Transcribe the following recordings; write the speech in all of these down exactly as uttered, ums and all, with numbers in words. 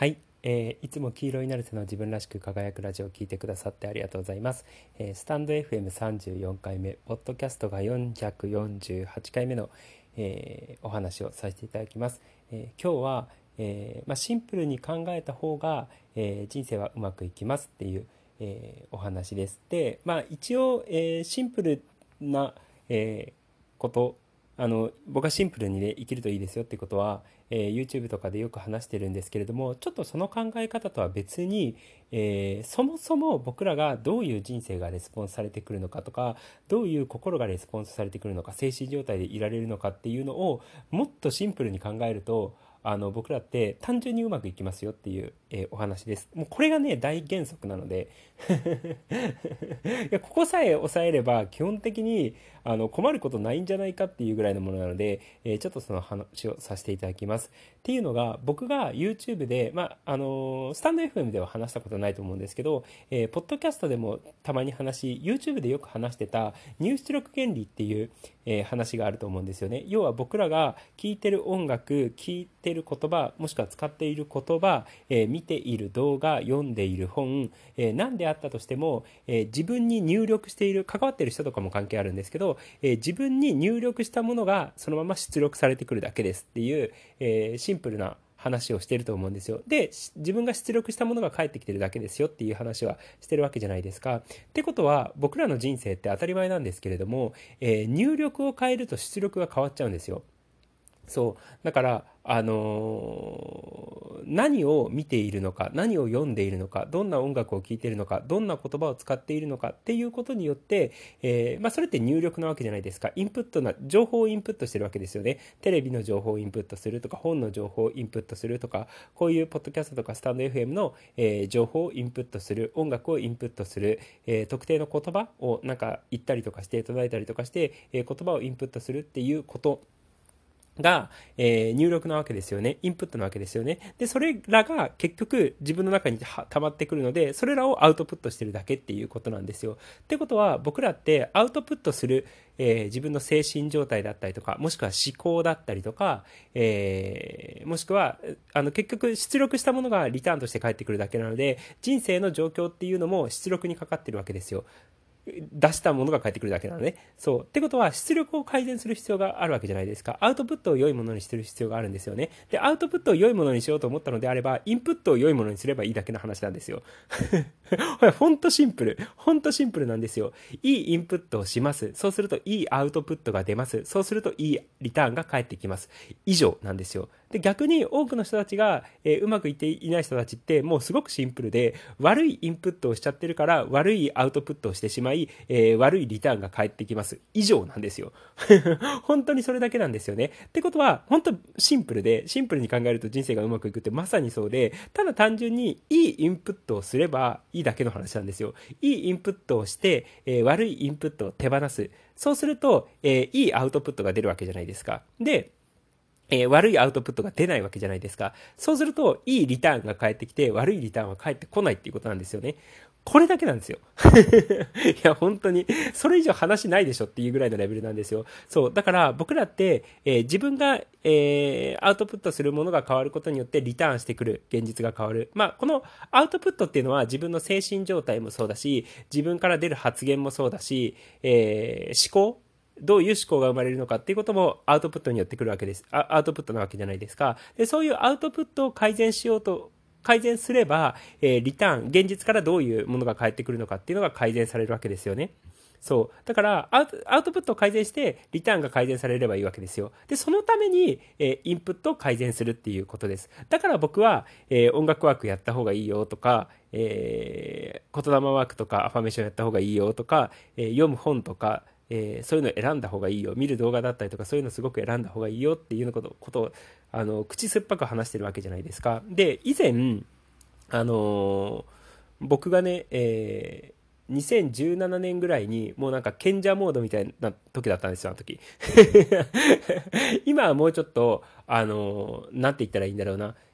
はい、えーいつも黄色いナルセの自分らしく輝くラジオを聞いてくださってありがとうございます。えースタンド エフエムさんじゅうよん 回目、ポッドキャストがよんひゃくよんじゅうはちかいめの、えーお話をさせていただきます。えー今日は、えーまあ、シンプルに考えた方が、えー人生はうまくいきますっていう、えーお話です。で、まあ、一応、えーシンプルな、えーことあの僕はシンプルにね生きるといいですよっていうことは、えー YouTube とかでよく話してるんですけれども、ちょっとその考え方とは別に、えーそもそも僕らがどういう人生がレスポンスされてくるのかとか、どういう心がレスポンスされてくるのか、精神状態でいられるのかっていうのをもっとシンプルに考えると、あの僕らって単純にうまくいきますよっていう、えーお話です。もうこれがね大原則なのでいやここさえ抑えれば基本的にあの困ることないんじゃないかっていうぐらいのものなので、えーちょっとその話をさせていただきます。っていうのが、僕が YouTube で、まああのースタンド エフエム では話したことないと思うんですけど、えーポッドキャストでもたまに話し、 YouTube でよく話してた入出力原理っていう、えー話があると思うんですよね。要は僕らが聴いてる音楽、聴いてる言葉、もしくは使っている言葉、えー見ている動画、読んでいる本、えー何であったとしても、えー自分に入力している、関わっている人とかも関係あるんですけど、えー自分に入力したものがそのまま出力されてくるだけですっていう、えーシンプルな話をしていると思うんですよ。で、自分が出力したものが返ってきてるだけですよっていう話はしてるわけじゃないですか。ってことは、僕らの人生って当たり前なんですけれども、えー入力を変えると出力が変わっちゃうんですよ。そうだから、あのー何を見ているのか、何を読んでいるのか、どんな音楽を聴いているのか、どんな言葉を使っているのかっていうことによって、えーまあ、それって入力なわけじゃないですか。インプットな情報をインプットしてるわけですよね。テレビの情報をインプットするとか、本の情報をインプットするとか、こういうポッドキャストとかスタンド エフエム の、えー情報をインプットする、音楽をインプットする、えー特定の言葉をなんか言ったりとかしていただいたりとかして、えー言葉をインプットするっていうことが、えー入力なわけですよね。インプットなわけですよね。で、それらが結局自分の中には溜まってくるので、それらをアウトプットしてるだけっていうことなんですよ。ってことは、僕らってアウトプットする、えー自分の精神状態だったりとか、もしくは思考だったりとか、えーもしくは、あの、結局出力したものがリターンとして返ってくるだけなので、人生の状況っていうのも出力にかかってるわけですよ。出したものが返ってくるだけなのね。そう。ってことは、出力を改善する必要があるわけじゃないですか。アウトプットを良いものにする必要があるんですよね。で、アウトプットを良いものにしようと思ったのであれば、インプットを良いものにすればいいだけの話なんですよ。ほんとシンプル。ほんとシンプルなんですよ。いいインプットをします。そうするといいアウトプットが出ます。そうするといいリターンが返ってきます。以上なんですよ。で、逆に多くの人たちが、えーうまくいっていない人たちってもうすごくシンプルで、悪いインプットをしちゃってるから悪いアウトプットをしてしまい、えー悪いリターンが返ってきます。以上なんですよ。本当にそれだけなんですよね。ってことは、本当シンプルで、シンプルに考えると人生がうまくいくってまさにそうで、ただ単純にいいインプットをすればいいだけの話なんですよ。いいインプットをして、えー悪いインプットを手放す。そうすると、えーいいアウトプットが出るわけじゃないですか。で、えー悪いアウトプットが出ないわけじゃないですか。そうすると、いいリターンが返ってきて、悪いリターンは返ってこないっていうことなんですよね。これだけなんですよ。いや、本当に、それ以上話ないでしょっていうぐらいのレベルなんですよ。そう。だから、僕らって、えー自分が、えーアウトプットするものが変わることによって、リターンしてくる現実が変わる。まあ、このアウトプットっていうのは、自分の精神状態もそうだし、自分から出る発言もそうだし、えー思考どういう思考が生まれるのかっていうこともアウトプットによってくるわけです。アウトプットなわけじゃないですか。で、そういうアウトプットを改善しようと、改善すれば、えーリターン、現実からどういうものが返ってくるのかっていうのが改善されるわけですよね。そう。だからアウト、アウトプットを改善して、リターンが改善されればいいわけですよ。で、そのために、えーインプットを改善するっていうことです。だから僕は、えー音楽ワークやった方がいいよとか、えー言霊ワークとかアファメーションやった方がいいよとか、えー読む本とか、えーそういうの選んだ方がいいよ、見る動画だったりとかそういうのすごく選んだ方がいいよっていうのことことをあの口酸っぱく話してるわけじゃないですか。で、以前あのー僕がね、えーにせんじゅうななねんぐらいにもうなんか賢者モードみたいな時だったんですよ、あの時。今はもうちょっと、あのーなんて言ったらいいんだろうな。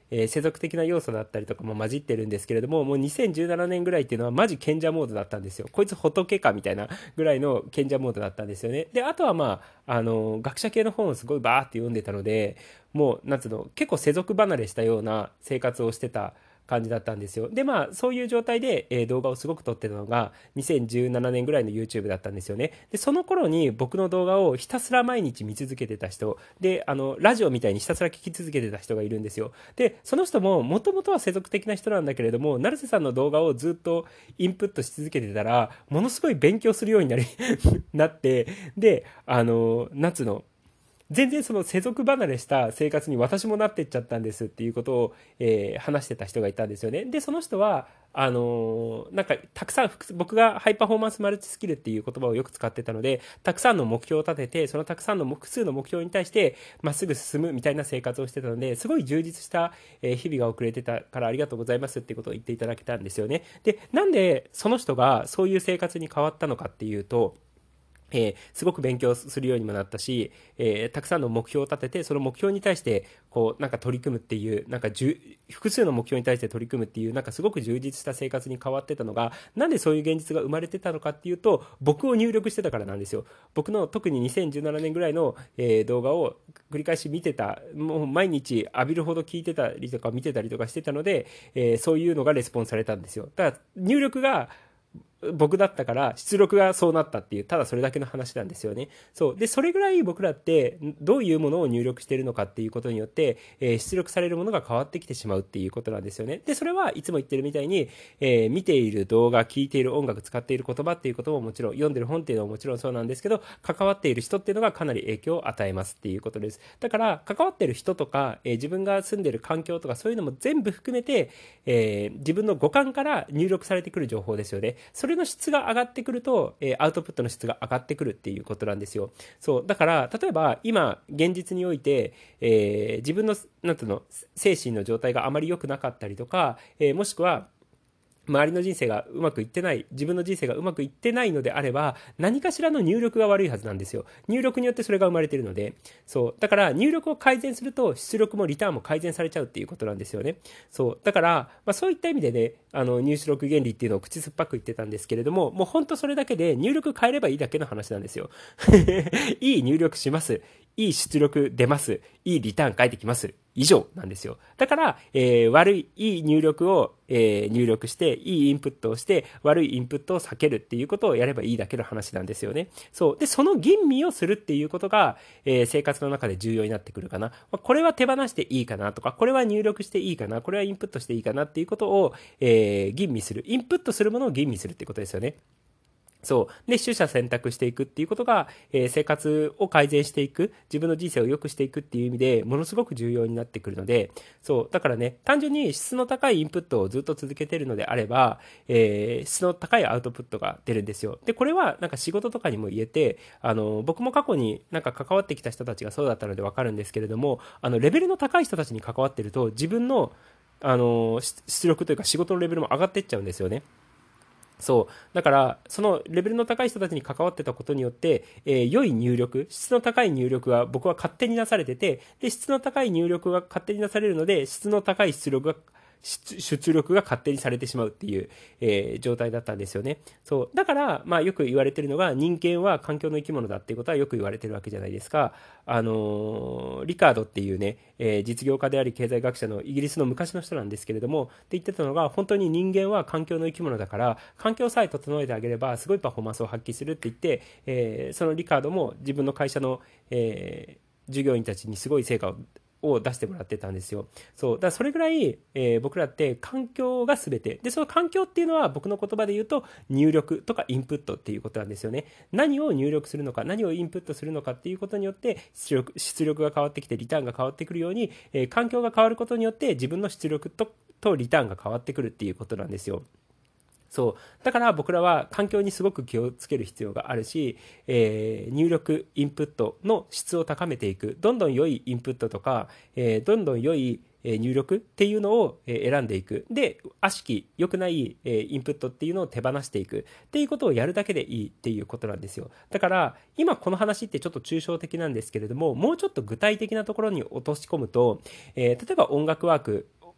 えー世俗的な要素だったりとかも混じってるんですけれども、もうにせんじゅうななねんぐらいっていうのはマジ賢者モードだったんですよ。こいつ仏かみたいなぐらいの賢者モードだったんですよね。で、あとはまあ、あの、学者系の本をすごいバーって読んでたので、もう、なんつうの、結構世俗離れしたような生活をしてた感じだったんですよ。で、まあ、そういう状態で、えー動画をすごく撮ってたのが、にせんじゅうななねんぐらいの YouTube だったんですよね。で、その頃に僕の動画をひたすら毎日見続けてた人、で、あの、ラジオみたいにひたすら聞き続けてた人がいるんですよ。で、その人も、もともとは世俗的な人なんだけれども、成瀬さんの動画をずっとインプットし続けてたら、ものすごい勉強するようになりなって、で、あの、なんつうの、全然その世俗離れした生活に私もなってっちゃったんですっていうことを、えー話してた人がいたんですよね。で、その人は、あのーなんかたくさん、僕がハイパフォーマンスマルチスキルっていう言葉をよく使ってたので、たくさんの目標を立てて、そのたくさんの複数の目標に対してまっすぐ進むみたいな生活をしてたので、すごい充実したえー日々が送れてたからありがとうございますっていうことを言っていただけたんですよね。で、なんでその人がそういう生活に変わったのかっていうと、えーすごく勉強するようにもなったし、えーたくさんの目標を立てて、その目標に対して、こう、なんか取り組むっていう、なんかじゅ複数の目標に対して取り組むっていう、なんかすごく充実した生活に変わってたのが、なんでそういう現実が生まれてたのかっていうと、僕を入力してたからなんですよ。僕の特ににせんじゅうななねんぐらいの、えー動画を繰り返し見てた、もう毎日浴びるほど聞いてたりとか見てたりとかしてたので、えーそういうのがレスポンスされたんですよ。だから入力が、僕だったから出力がそうなったっていう、ただそれだけの話なんですよね。そうで、それぐらい僕らってどういうものを入力しているのかっていうことによって、えー出力されるものが変わってきてしまうっていうことなんですよね。で、それはいつも言ってるみたいに、えー見ている動画、聞いている音楽、使っている言葉っていうことももちろん、読んでる本っていうのももちろんそうなんですけど、関わっている人っていうのがかなり影響を与えますっていうことです。だから関わっている人とか、えー自分が住んでいる環境とか、そういうのも全部含めて、えー自分の五感から入力されてくる情報ですよね。それの質が上がってくると、えーアウトプットの質が上がってくるっていうことなんですよ。そうだから、例えば今現実において、えー自分のなんていうの精神の状態があまり良くなかったりとか、えーもしくは周りの人生がうまくいってない、自分の人生がうまくいってないのであれば、何かしらの入力が悪いはずなんですよ。入力によってそれが生まれているので、そうだから入力を改善すると出力もリターンも改善されちゃうっていうことなんですよね。そうだから、まあ、そういった意味でね、あの入出力原理っていうのを口酸っぱく言ってたんですけれども、もう本当それだけで入力変えればいいだけの話なんですよ。いい入力します、いい出力出ます、いいリターン返ってきます、以上なんですよ。だから、えー悪い、いい入力を、えー入力して、いいインプットをして、悪いインプットを避けるっていうことをやればいいだけの話なんですよね。そう。で、その吟味をするっていうことが、えー生活の中で重要になってくるかな。まあこれは手放していいかなとか、これは入力していいかな、これはインプットしていいかなっていうことを、えー吟味する。インプットするものを吟味するっていうことですよね。そう。で、取捨選択していくっていうことが、えー生活を改善していく、自分の人生を良くしていくっていう意味でものすごく重要になってくるので、そう。だからね、単純に質の高いインプットをずっと続けてるのであれば、えー質の高いアウトプットが出るんですよ。で、これはなんか仕事とかにも言えて、あの、僕も過去になんか関わってきた人たちがそうだったのでわかるんですけれども、あの、レベルの高い人たちに関わってると、自分の、あの、出出力というか仕事のレベルも上がっていっちゃうんですよね。そうだからそのレベルの高い人たちに関わってたことによって、えー良い入力、質の高い入力が僕は勝手になされてて、で質の高い入力が勝手になされるので、質の高い出力が出出力が勝手にされてしまうっていう、えー状態だったんですよね。そうだから、まあ、よく言われてるのが、人間は環境の生き物だっていうことはよく言われてるわけじゃないですか。あのーリカードっていうね、えー実業家であり経済学者のイギリスの昔の人なんですけれども、って言ってたのが、本当に人間は環境の生き物だから、環境さえ整えてあげればすごいパフォーマンスを発揮するって言って、えーそのリカードも自分の会社の、えー従業員たちにすごい成果をを出してもらってたんですよ。そうだからそれぐらい、えー僕らって環境が全てで、その環境っていうのは僕の言葉で言うと入力とかインプットっていうことなんですよね。何を入力するのか、何をインプットするのかっていうことによって出力出力が変わってきてリターンが変わってくるように、えー環境が変わることによって自分の出力ととリターンが変わってくるっていうことなんですよ。そうだから僕らは環境にすごく気をつける必要があるし、えー入力インプットの質を高めていく、どんどん良いインプットとか、えーどんどん良いえー入力っていうのをえー選んでいく、で悪しき良くないえーインプットっていうのを手放していくっていうことをやるだけでいいっていうことなんですよ。だから今この話ってちょっと抽象的なんですけれども、もうちょっと具体的なところに落とし込むと、えー例えば音楽ワーク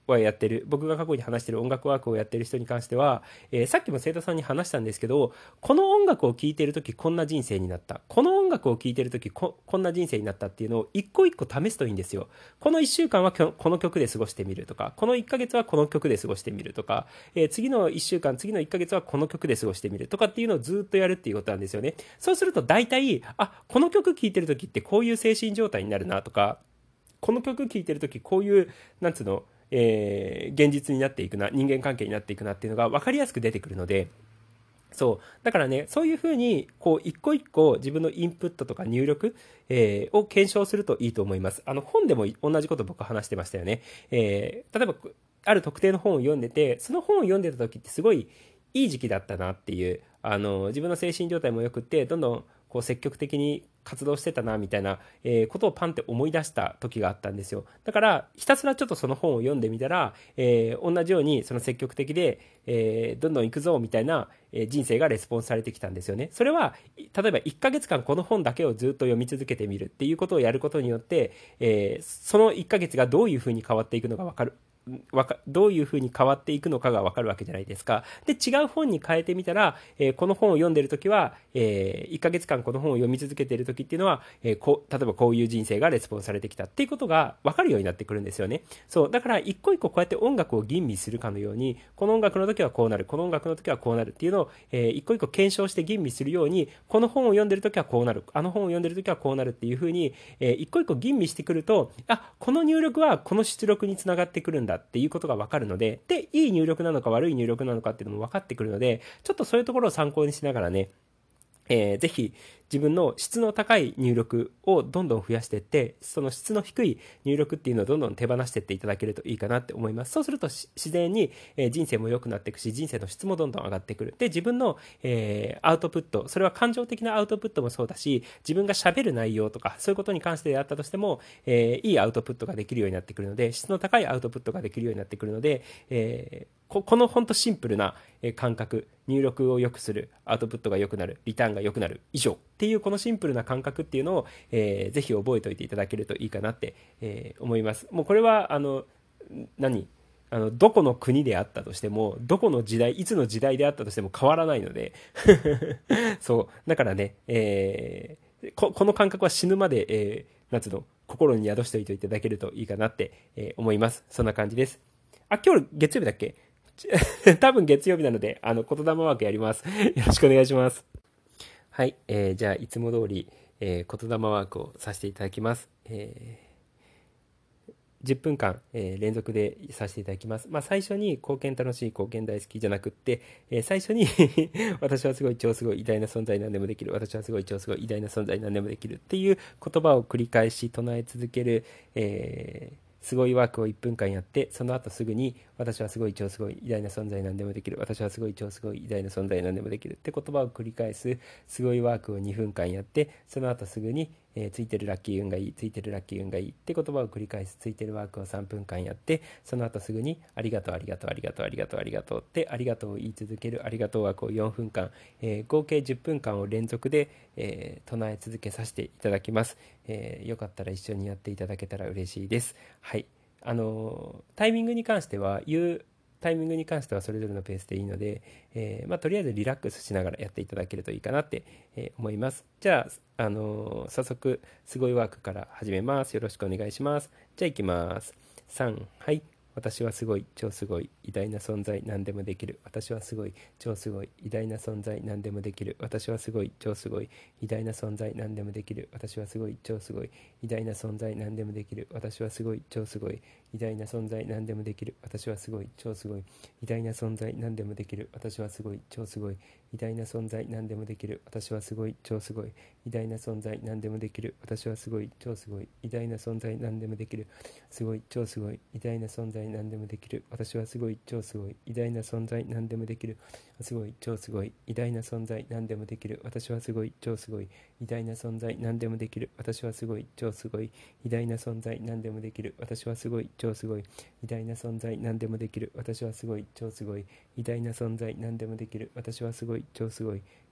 はやってる、僕が過去に話してる音楽ワークをやってる人に関しては、えーさっきも生徒さんに話したんですけど、この音楽を聴いてるときこんな人生になった、この音楽を聴いてるとき こ, こんな人生になったっていうのを一個一個試すといいんですよ。このいっしゅうかんはこの曲で過ごしてみるとか、このいっかげつはこの曲で過ごしてみるとか、えー次のいっしゅうかん、次のいっかげつはこの曲で過ごしてみるとかっていうのをずっとやるっていうことなんですよね。そうすると大体、あ、この曲聴いてるときってこういう精神状態になるなとか、この曲聴いてるときこういうなんつうの、えー現実になっていくな、人間関係になっていくなっていうのが分かりやすく出てくるので、そうだからね、そういうふうにこう一個一個自分のインプットとか入力、えーを検証するといいと思います。あの本でも同じこと僕は話してましたよね。えー例えばある特定の本を読んでて、その本を読んでた時ってすごいいい時期だったなっていう、あの自分の精神状態もよくって、どんどんこう積極的に活動してたなみたいな、えーことをパンって思い出した時があったんですよ。だからひたすらちょっとその本を読んでみたら、えー同じようにその積極的で、えーどんどん行くぞみたいな、えー人生がレスポンスされてきたんですよね。それは例えばいっかげつかんこの本だけをずっと読み続けてみるっていうことをやることによって、えーそのいっかげつがどういうふうに変わっていくのか分かる、わかどういうふうに変わっていくのかが分かるわけじゃないですか。で違う本に変えてみたら、えーこの本を読んでるときは、えーいっかげつかんこの本を読み続けているときっていうのは、えーこう例えばこういう人生がレスポンスされてきたっていうことが分かるようになってくるんですよね。そうだから一個一個こうやって音楽を吟味するかのように、この音楽の時はこうなる、この音楽の時はこうなるっていうのを、えー一個一個検証して吟味するように、この本を読んでる時はこうなる、あの本を読んでる時はこうなるっていうふうに、えー一個一個吟味してくると、あ、この入力はこの出力につながってくるんだっていうことが分かるので、でいい入力なのか悪い入力なのかっていうのも分かってくるので、ちょっとそういうところを参考にしながらね、えーぜひ自分の質の高い入力をどんどん増やしていって、その質の低い入力っていうのをどんどん手放していっていただけるといいかなって思います。そうすると自然に、えー人生も良くなっていくし、人生の質もどんどん上がってくる。で自分の、えーアウトプット、それは感情的なアウトプットもそうだし、自分が喋る内容とかそういうことに関してであったとしても、えーいいアウトプットができるようになってくるので、質の高いアウトプットができるようになってくるので、えーここの本当シンプルな感覚、入力を良くする、アウトプットが良くなる、リターンが良くなる以上っていうこのシンプルな感覚っていうのを、えーぜひ覚えておいていただけるといいかなって、えー思います。もうこれはあの何あのどこの国であったとしても、どこの時代、いつの時代であったとしても変わらないのでそうだからね、えーここの感覚は死ぬまで、えー、なんつうの心に宿しておいていただけるといいかなって、えー思います。そんな感じです。あ、今日月曜日だっけ？多分月曜日なので、あの、言霊ワークやります。よろしくお願いします。はい、えーじゃあ、いつも通り、えー言霊ワークをさせていただきます。えーじゅっぷんかん、えー連続でさせていただきます。まあ、最初に貢献楽しい、貢献大好きじゃなくって、えー最初に私はすごい、超すごい、偉大な存在、何でもできる。私はすごい、超すごい、偉大な存在、何でもできる。っていう言葉を繰り返し唱え続ける、えーすごいワークをいっぷんかんやって、その後すぐに、私はすごい、超すごい、偉大な存在、何でもできる。私はすごい、超すごい、偉大な存在、何でもできる。って言葉を繰り返す、すごいワークをにふんかんやって、その後すぐに、えーついてるラッキー運がいい、ついてるラッキー運がいいって言葉を繰り返す、ついてるワークをさんぷんかんやって、その後すぐに、ありがとう、ありがとう、ありがとう、ありがとう、ありがとうって、ありがとうを言い続ける、ありがとうワークをよんふんかん、えー合計じゅっぷんかんを連続で、えー唱え続けさせていただきます。えーよかったら一緒にやっていただけたら嬉しいです。はい。あのタイミングに関しては言うタイミングに関してはそれぞれのペースでいいので、えーまあ、とりあえずリラックスしながらやっていただけるといいかなって、えー思います。じゃあ、あの早速すごいワークから始めます。よろしくお願いします。じゃあいきます。さん、はい。私はすごい、超すごい、偉大な存在、何でもできる。私はすごい、超すごい、偉大な存在、何でもできる。私はすごい、超すごい、偉大な存在、何でもできる。私はすごい、超すごい、偉大な存在、何でもできる。私はすごい、超すごい、偉大な存在、何でもできる。私はすごい、超すごい、偉大な存在、何でもできる。私はすごい、超すごい、偉大な存在、何でもできる。私はすごい、超すごい、偉大な存在、何でもできる。私はすごい、超すごい、偉大な存在、何でもできる。すごい、超すごい、偉大な存在、何でもできる。私はすごい、超すごい、偉大な存在、何でもできる。すごい、超すごい、偉大な存在、何でもできる。私はすごい、超すごい、偉大な存在、何でもできる。私はすごい、超すごい、偉大な存在、何でもできる。私はすごい、超すごい、偉大な存在、何でもできる。私はすごい、超すごい、偉大な存在、何でもできる。私はすごい、超すごい、